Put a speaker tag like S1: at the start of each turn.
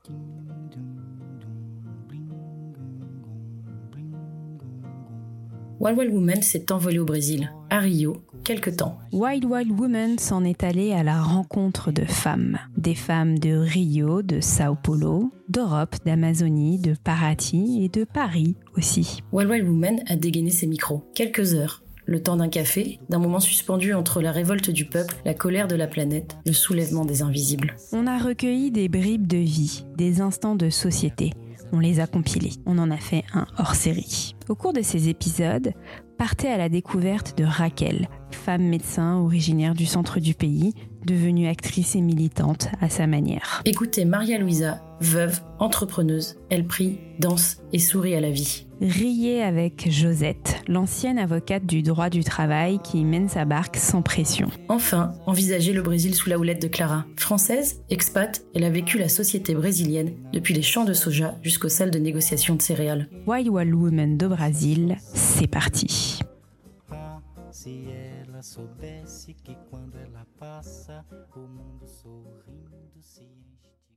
S1: Wild Wild Woman s'est envolée au Brésil, à Rio, quelque temps.
S2: Wild Wild Woman s'en est allée à la rencontre de femmes. Des femmes de Rio, de Sao Paulo, d'Europe, d'Amazonie, de Paraty et de Paris aussi.
S1: Wild Wild Woman a dégainé ses micros. Quelques heures, le temps d'un café, d'un moment suspendu entre la révolte du peuple, la colère de la planète, le soulèvement des invisibles.
S2: On a recueilli des bribes de vie, des instants de société. On les a compilés. On en a fait un hors-série. Au cours de ces épisodes, partez à la découverte de Raquel, femme médecin originaire du centre du pays, devenue actrice et militante à sa manière.
S1: Écoutez Maria Luisa, veuve, entrepreneuse. Elle prie, danse et sourit à la vie.
S2: Riez avec Josette, l'ancienne avocate du droit du travail qui mène sa barque sans pression.
S1: Enfin, envisagez le Brésil sous la houlette de Clara. Française, expat, elle a vécu la société brésilienne depuis les champs de soja jusqu'aux salles de négociation de céréales.
S2: Wild Wild Woman do Brasil, c'est parti.
S3: Se ela soubesse que quando ela passa, o mundo sorrindo se enche.